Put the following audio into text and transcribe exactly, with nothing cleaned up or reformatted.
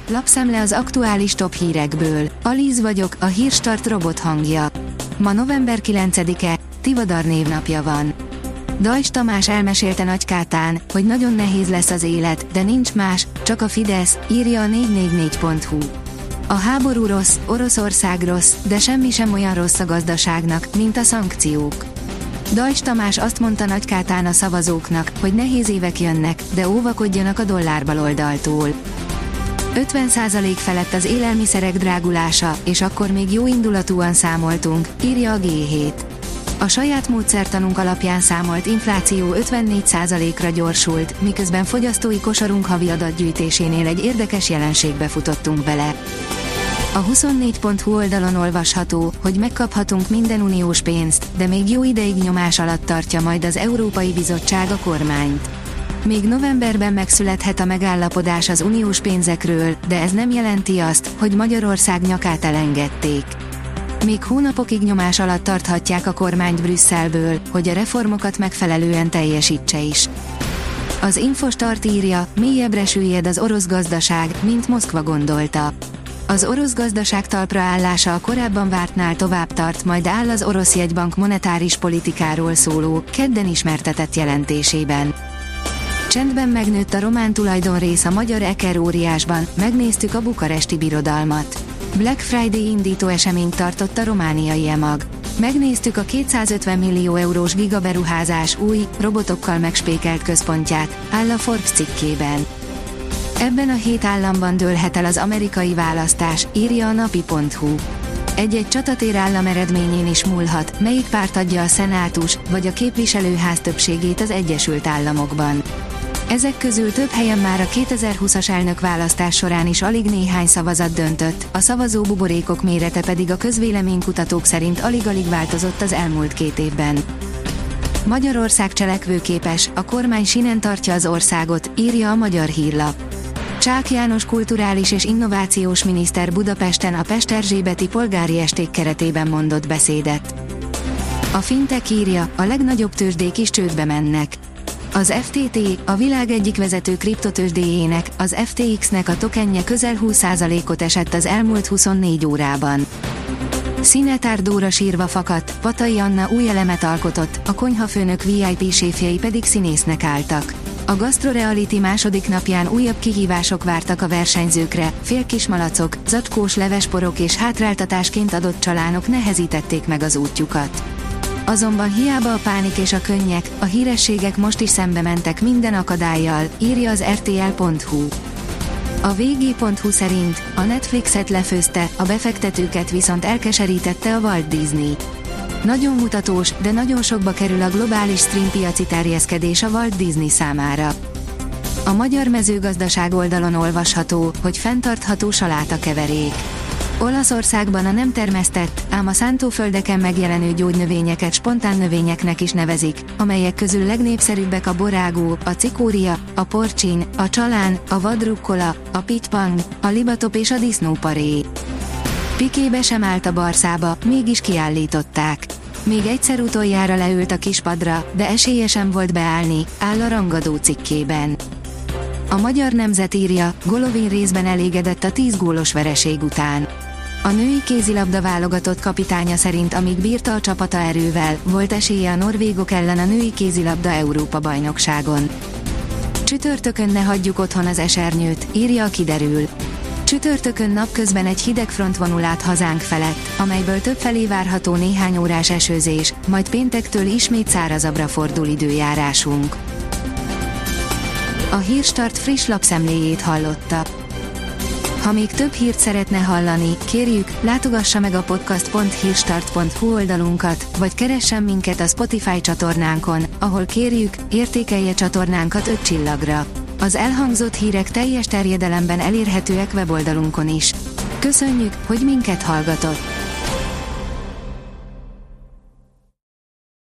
lapszemle az aktuális top hírekből. Alíz vagyok, a Hírstart robot hangja. Ma november kilencedike, Tivadar névnapja van. Dajs Tamás elmesélte Nagykátán, hogy nagyon nehéz lesz az élet, de nincs más, csak a Fidesz, írja a négy négy négy pont hu. A háború rossz, Oroszország rossz, de semmi sem olyan rossz a gazdaságnak, mint a szankciók. Dajs Tamás azt mondta Nagykátán a szavazóknak, hogy nehéz évek jönnek, de óvakodjanak a dollárbaloldaltól. ötven százalék felett az élelmiszerek drágulása, és akkor még jó indulatúan számoltunk, írja a gé hét. A saját módszertanunk alapján számolt infláció ötvennégy százalékra gyorsult, miközben fogyasztói kosarunk havi adatgyűjtésénél egy érdekes jelenségbe futottunk bele. A huszonnégy pont hu oldalon olvasható, hogy megkaphatunk minden uniós pénzt, de még jó ideig nyomás alatt tartja majd az Európai Bizottság a kormányt. Még novemberben megszülethet a megállapodás az uniós pénzekről, de ez nem jelenti azt, hogy Magyarország nyakát elengedték. Még hónapokig nyomás alatt tarthatják a kormányt Brüsszelből, hogy a reformokat megfelelően teljesítse is. Az Infostart írja, mélyebbre süllyed az orosz gazdaság, mint Moszkva gondolta. Az orosz gazdaság talpra állása a korábban vártnál tovább tart, majd áll az orosz jegybank monetáris politikáról szóló, kedden ismertetett jelentésében. Csendben megnőtt a román tulajdonrész a magyar Eker óriásban, megnéztük a bukaresti birodalmat. Black Friday indító eseményt tartott a romániai emag. Megnéztük a kétszázötven millió eurós gigaberuházás új, robotokkal megspékelt központját, áll a Forbes cikkében. Ebben a hét államban dőlhet el az amerikai választás, írja a napi pont hu. Egy-egy csatatér állam eredményén is múlhat, melyik párt adja a szenátus, vagy a képviselőház többségét az Egyesült Államokban. Ezek közül több helyen már a kétezer-húszas elnökválasztás során is alig néhány szavazat döntött, a szavazó buborékok mérete pedig a közvéleménykutatók szerint alig-alig változott az elmúlt két évben. Magyarország cselekvőképes, a kormány sinen tartja az országot, írja a Magyar Hírlap. Csák János kulturális és innovációs miniszter Budapesten a Pesterzsébeti polgári esték keretében mondott beszédet. A Fintech írja, a legnagyobb tőzsdék is csődbe mennek. Az ef té té, a világ egyik vezető kriptotőzsdéjének, az ef té iksz-nek a tokenje közel húsz százalékot esett az elmúlt huszonnégy órában. Színetár Dóra sírva fakadt, Patai Anna új elemet alkotott, a konyhafőnök vé i pé séfjei pedig színésznek álltak. A Gastro Reality második napján újabb kihívások vártak a versenyzőkre, félkismalacok, zacskós levesporok és hátráltatásként adott csalánok nehezítették meg az útjukat. Azonban hiába a pánik és a könnyek, a hírességek most is szembe mentek minden akadállyal, írja az er té el pont hu. A vé gé pont hu szerint a Netflixet lefőzte, a befektetőket viszont elkeserítette a Walt Disney. Nagyon mutatós, de nagyon sokba kerül a globális streampiaci terjeszkedés a Walt Disney számára. A magyar mezőgazdaság oldalon olvasható, hogy fenntartható salátakeverék. Olaszországban a nem termesztett, ám a szántóföldeken megjelenő gyógynövényeket spontán növényeknek is nevezik, amelyek közül legnépszerűbbek a borágó, a cikória, a porcsin, a csalán, a vadrukkola, a pitpang, a libatop és a disznóparé. Pikébe sem állt a Barszába, mégis kiállították. Még egyszer utoljára leült a kispadra, de esélye sem volt beállni, áll a rangadó cikkében. A Magyar Nemzet írja, Golovin részben elégedett a tíz gólos vereség után. A női kézilabda válogatott kapitánya szerint amíg bírta a csapata erővel, volt esélye a norvégok ellen a női kézilabda Európa-bajnokságon. Csütörtökön ne hagyjuk otthon az esernyőt, írja a Kiderül. Csütörtökön napközben egy hideg front vonul át hazánk felett, amelyből többfelé várható néhány órás esőzés, majd péntektől ismét szárazabbra fordul időjárásunk. A Hírstart friss lapszemléjét hallotta. Ha még több hírt szeretne hallani, kérjük, látogassa meg a podcast pont hírstart pont hu oldalunkat, vagy keressen minket a Spotify csatornánkon, ahol kérjük, értékelje csatornánkat öt csillagra. Az elhangzott hírek teljes terjedelemben elérhetőek weboldalunkon is. Köszönjük, hogy minket hallgatott!